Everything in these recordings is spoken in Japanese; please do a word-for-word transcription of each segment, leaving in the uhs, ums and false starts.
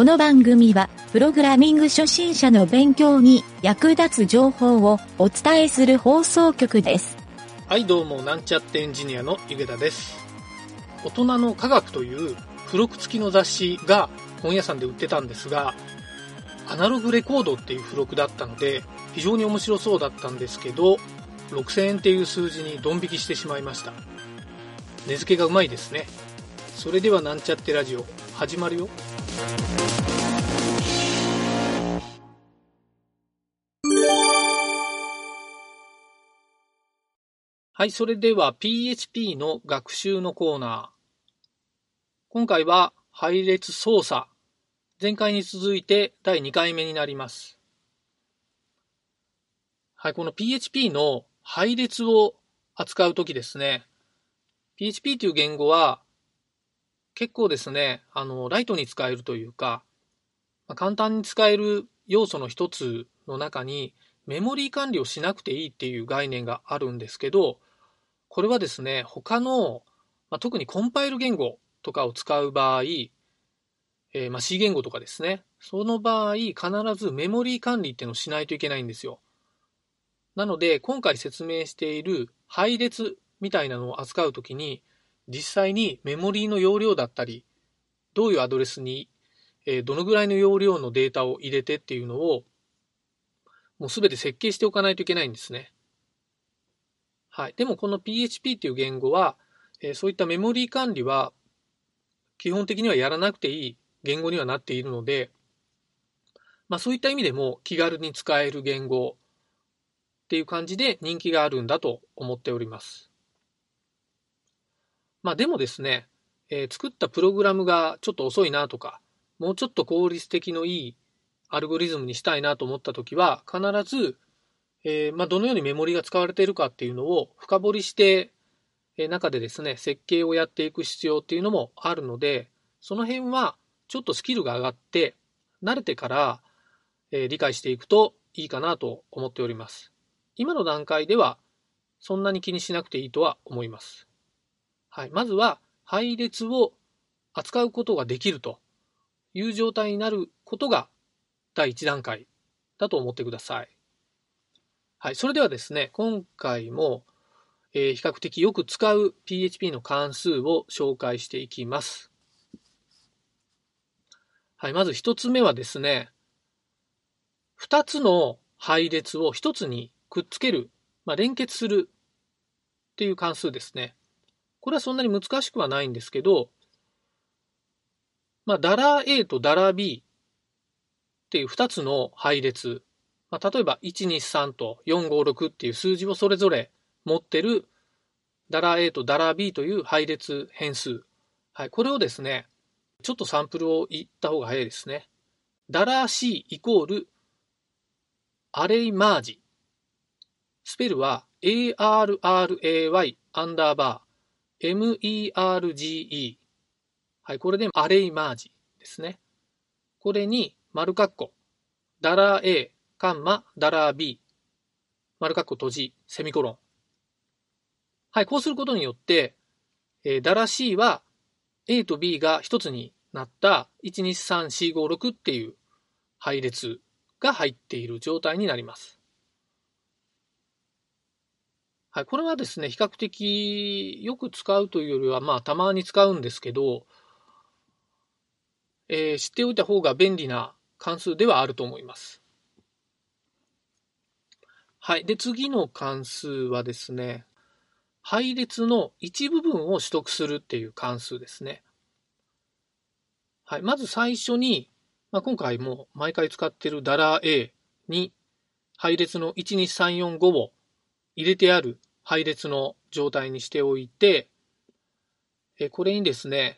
の番組は、プログラミング初心者の勉強に役立つ情報をお伝えする放送局です。 はい、どうも、なんちゃってエンジニアのゆげたです。大人の科学という付録付きの雑誌が本屋さんで売ってたんですが、アナログレコードっていう付録だったので、非常に面白そうだったんですけど、ろくせんえんっていう数字にドン引きしてしまいました。値付けがうまいですね。それではなんちゃってラジオ、始まるよ。はい、それでは ピーエイチピー の学習のコーナー。今回は配列操作。前回に続いてだいにかいめになります。はい、この ピーエイチピー の配列を扱うときですね。ピーエイチピー という言語は結構ですね、あの、ライトに使えるというか、簡単に使える要素の一つの中にメモリー管理をしなくていいっていう概念があるんですけど、これはですね、他の、まあ、特にコンパイル言語とかを使う場合、えーまあ、C 言語とかですね、その場合、必ずメモリー管理っていうのをしないといけないんですよ。なので、今回説明している配列みたいなのを扱うときに、実際にメモリーの容量だったり、どういうアドレスに、えー、どのぐらいの容量のデータを入れてっていうのを、もうすべて設計しておかないといけないんですね。はい。でもこの ピーエイチピー っていう言語は、えー、そういったメモリー管理は基本的にはやらなくていい言語にはなっているので、まあそういった意味でも気軽に使える言語っていう感じで人気があるんだと思っております。まあでもですね、えー、作ったプログラムがちょっと遅いなとか、もうちょっと効率的のいいアルゴリズムにしたいなと思ったときは、必ず、えーまあ、どのようにメモリが使われているかっていうのを深掘りして中でですね、設計をやっていく必要っていうのもあるので、その辺はちょっとスキルが上がって、慣れてから、えー、理解していくといいかなと思っております。今の段階ではそんなに気にしなくていいとは思います。はい、まずは配列を扱うことができるという状態になることがだいいち段階だと思ってください。はい、それではですね、今回もえー、比較的よく使う ピーエイチピー の関数を紹介していきます。はい、まず一つ目はですね、二つの配列を一つにくっつける、まあ、連結するっていう関数ですね。これはそんなに難しくはないんですけど、まあ、ダラー A とダラー B っていう二つの配列、まあ、例えばいちにさんとよんごろくっていう数字をそれぞれ持ってるダラー A とダラー B という配列変数。はい、これをですね、ちょっとサンプルを言った方が早いですね。ダラー C イコールアレイマージ。スペルは ARRAY アンダーバー MERGE。はい、これでアレイマージですね。これに丸括弧ダラー A カンマダラー B 丸括弧閉じセミコロン。はい、こうすることによって、えー、ダラー C は A と B が一つになったいちにさんしごろくっていう配列が入っている状態になります。はい、これはですね、比較的よく使うというよりは、まあ、たまに使うんですけど、えー、知っておいた方が便利な関数ではあると思います。はい。で、次の関数はですね、配列の一部分を取得するっていう関数ですね。はい。まず最初に、まあ、今回も毎回使っているダラー A に配列のいちにさんよんごを入れてある配列の状態にしておいて、これにですね、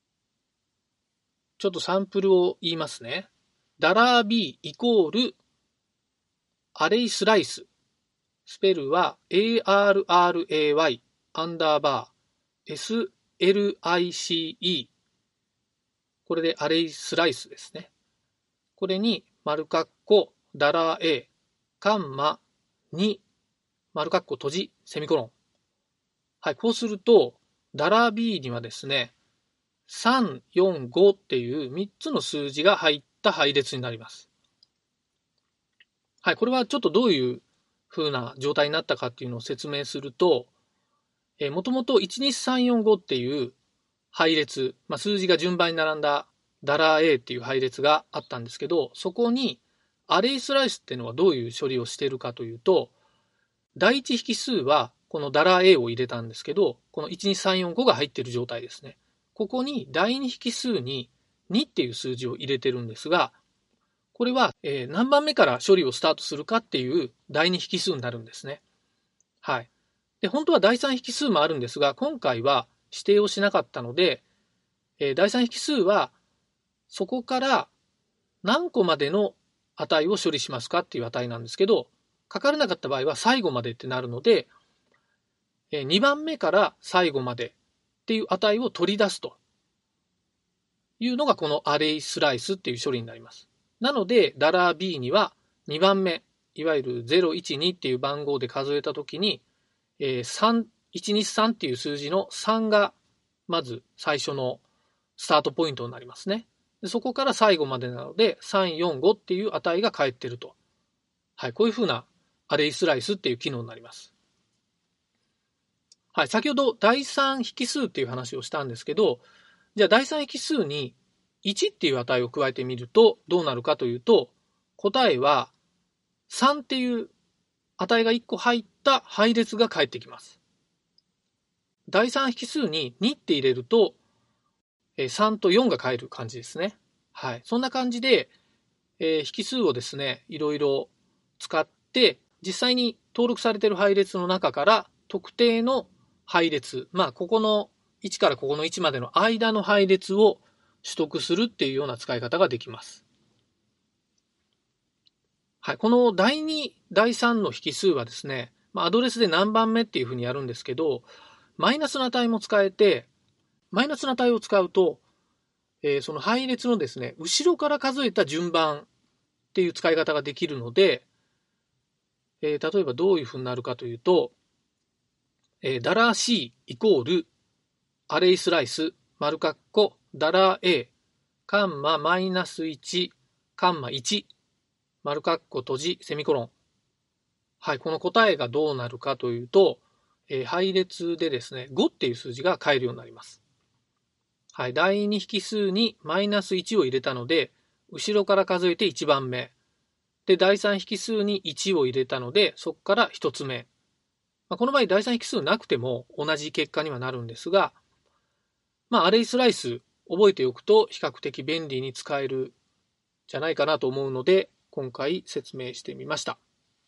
ちょっとサンプルを言いますね。ダラー B イコールアレイスライス。スペルは ARRAY アンダーバー SLICE。これでアレイスライスですね。これに丸括弧ダラー A カンマに丸括弧閉じセミコロン。はい、こうするとダラー B にはですね、 さん、よん、ごっていうみっつの数字が入った配列になります。はい、これはちょっとどういう風な状態になったかっていうのを説明すると、えー、もともといち、に、さん、よん、ごっていう配列、まあ、数字が順番に並んだダラー A っていう配列があったんですけど、そこにアレイスライスっていうのはどういう処理をしているかというと、第一引数はこのダラー A を入れたんですけど、このいち、に、さん、よん、ごが入っている状態ですね。ここに第二引数ににっていう数字を入れてるんですが、これは、えー、何番目から処理をスタートするかっていう第二引数になるんですね。はい。で、本当は第三引数もあるんですが、今回は指定をしなかったので、えー、第三引数はそこから何個までの値を処理しますかっていう値なんですけど、かからなかった場合は最後までってなるので、えー、にばんめから最後までっていう値を取り出すというのがこのアレイスライスっていう処理になります。なので、ダラー B にはにばんめ、いわゆるゼロ、いち、にっていう番号で数えたときに、えー、さん、いち、に、さんっていう数字のさんがまず最初のスタートポイントになりますね。でそこから最後までなので、さん、よん、ごっていう値が返っていると。はい、こういうふうなアレイスライスっていう機能になります。はい、先ほど第三引数っていう話をしたんですけど、じゃあ第三引数にいちっていう値を加えてみるとどうなるかというと、答えはさんっていう値がいっこ入った配列が返ってきます。第三引数ににって入れるとさんとよんが返る感じですね。はい。そんな感じで、えー、引数をですね、いろいろ使って、実際に登録されている配列の中から特定の配列、まあ、ここのいちからここのいちまでの間の配列を取得するっていうような使い方ができます。はい。このだいに、だいさんの引数はですね、まあ、アドレスで何番目っていうふうにやるんですけど、マイナスの値も使えて、マイナスの値を使うと、えー、その配列のですね、後ろから数えた順番っていう使い方ができるので、えー、例えばどういうふうになるかというと、えー、ダラー C イコールアレイスライス、丸括弧、ダラー A、カンママイナスいち、カンマいち、丸括弧閉じ、セミコロン。はい、この答えがどうなるかというと、えー、配列でですね、ごっていう数字が返るようになります。はい、だいに引数にマイナスいちを入れたので、後ろから数えていちばんめ。で、だいさん引数にいちを入れたので、そこからひとつめ。まあ、この場合、だいさん引数なくても同じ結果にはなるんですが、まあ、アレイスライス覚えておくと比較的便利に使えるじゃないかなと思うので、今回説明してみました。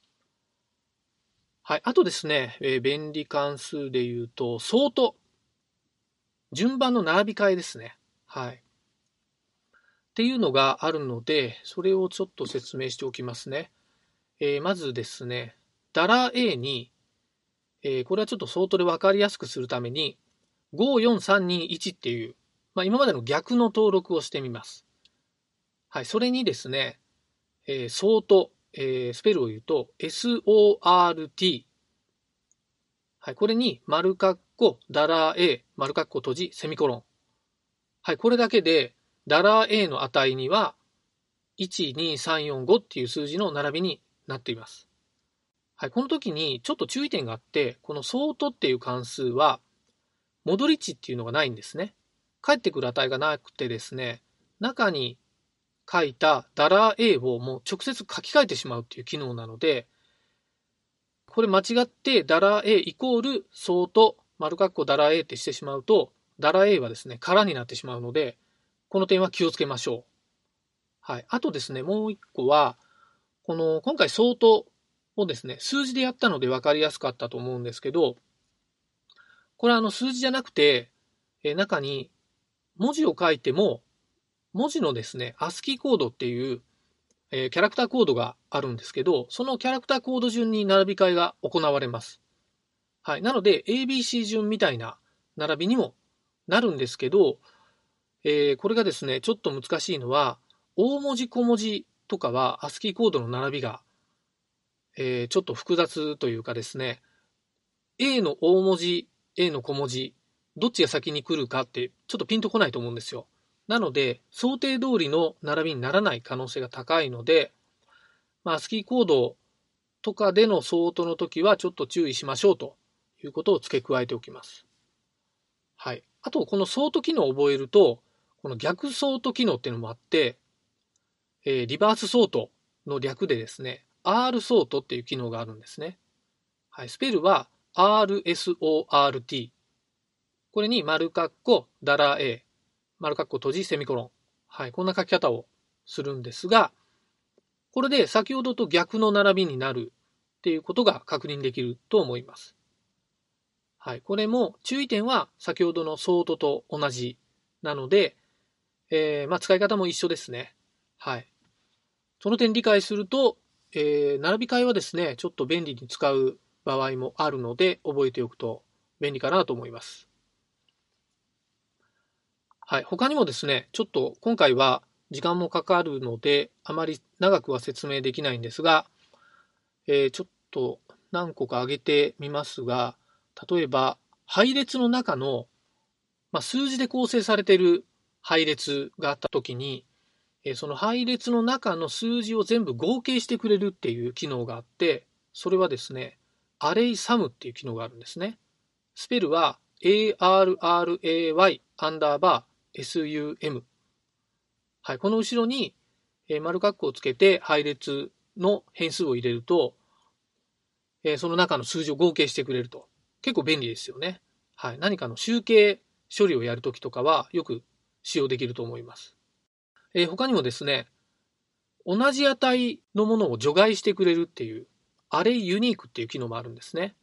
はい。あとですね、えー、便利関数で言うと、ソート。順番の並び替えですね。はい。っていうのがあるので、それをちょっと説明しておきますね。えー、まずですね、ダラー A に、えー、これはちょっとソートで分かりやすくするために、ご、よん、さん、に、いちっていう、まあ、今までの逆の登録をしてみます。はい。それにですね、えー、ソート、えー、スペルを言うと、エスオーアールティー。はい。これに、丸括弧、ダラー A、丸括弧閉じ、セミコロン。はい。これだけで、ダラー A の値には、いち、に、さん、よん、ごっていう数字の並びになっています。はい。この時に、ちょっと注意点があって、このソートっていう関数は、戻り値っていうのがないんですね。返ってくる値がなくてですね、中に書いたダラー A をもう直接書き換えてしまうっていう機能なので、これ間違ってダラー A イコールソート丸括弧ダラー A ってしてしまうと、ダラー A はですね、空になってしまうので、この点は気をつけましょう。はい。あとですね、もう一個は、この今回ソートをですね、数字でやったので分かりやすかったと思うんですけど、これはあの数字じゃなくて、え中に文字を書いても、文字のですね、アスキー コードっていうえー、キャラクターコードがあるんですけど、そのキャラクターコード順に並び替えが行われます。はい。なので、エービーシー 順みたいな並びにもなるんですけど、えー、これがですね、ちょっと難しいのは、大文字小文字とかは アスキー コードの並びが、えー、ちょっと複雑というかですね、A の大文字、A の小文字、 どっちが先に来るかってちょっとピンとこないと思うんですよ。なので、想定通りの並びにならない可能性が高いので、まあ、アスキー コードとかでのソートの時はちょっと注意しましょうということを付け加えておきます。はい。あと、このソート機能を覚えると、この逆ソート機能っていうのもあって、えー、リバースソートの略でですね、R ソートっていう機能があるんですね。はい。スペルは アールエスオーアールティー。これに丸括弧ダラ A、丸括弧閉じセミコロン。はい。こんな書き方をするんですが、これで先ほどと逆の並びになるっていうことが確認できると思います。はい。これも注意点は先ほどのソートと同じなので、えー、まあ使い方も一緒ですね。はい。その点理解すると、えー、並び替えはですね、ちょっと便利に使う場合もあるので、覚えておくと便利かなと思います。はい。他にもですね、ちょっと今回は時間もかかるので、あまり長くは説明できないんですが、えー、ちょっと何個か挙げてみますが、例えば、配列の中の、まあ、数字で構成されている配列があったときに、えー、その配列の中の数字を全部合計してくれるっていう機能があって、それはですね、アレイサムっていう機能があるんですね。スペルは アールアールエーワイ アンダーバー エスユーエム。はい、この後ろに、えー、丸括弧をつけて配列の変数を入れると、えー、その中の数字を合計してくれると。結構便利ですよね。はい、何かの集計処理をやるときとかはよく使用できると思います。えー、他にもですね、同じ値のものを除外してくれるっていうアレイユニークっていう機能もあるんですね。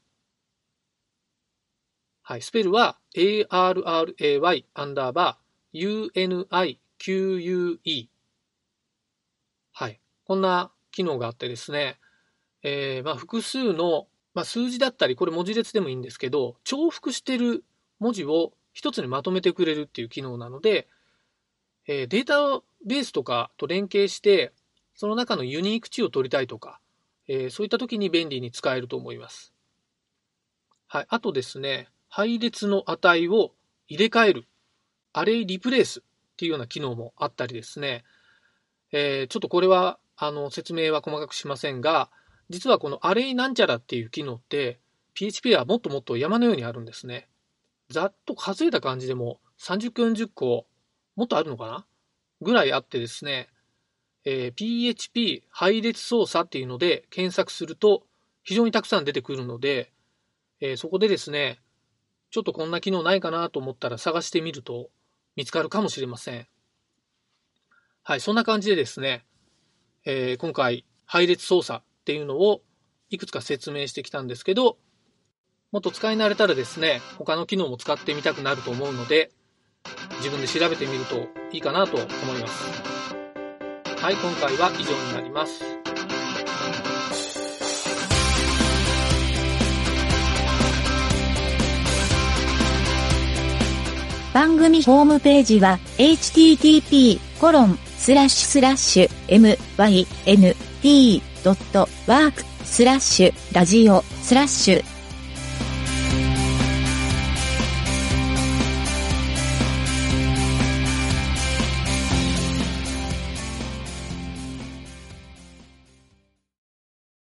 はい、スペルは アールアールエーワイ アンダーバー ユーエヌアイキューユーイー。はい、こんな機能があってですね、えーまあ、複数の、まあ、数字だったり、これ文字列でもいいんですけど、重複してる文字を一つにまとめてくれるっていう機能なので、えー、データベースとかと連携して、その中のユニーク値を取りたいとか、えー、そういった時に便利に使えると思います。はい、あとですね、配列の値を入れ替える、アレイリプレイスっていうような機能もあったりですね、えー、ちょっとこれはあの説明は細かくしませんが、実はこのアレイなんちゃらっていう機能って ピーエイチピー はもっともっと山のようにあるんですね。ざっと数えた感じでもさんじゅっこよんじゅっこもっとあるのかなぐらいあってですね、えー、ピーエイチピー 配列操作っていうので検索すると非常にたくさん出てくるので、えー、そこでですね、ちょっとこんな機能ないかなと思ったら探してみると見つかるかもしれません。はい、そんな感じでですね、えー、今回配列操作っていうのをいくつか説明してきたんですけど、もっと使い慣れたらですね、他の機能も使ってみたくなると思うので、自分で調べてみるといいかなと思います。はい、今回は以上になります。 番組ホームページは エイチティーティーピーコロンスラッシュスラッシュエムワイエヌティードットワークスラッシュラジオスラッシュ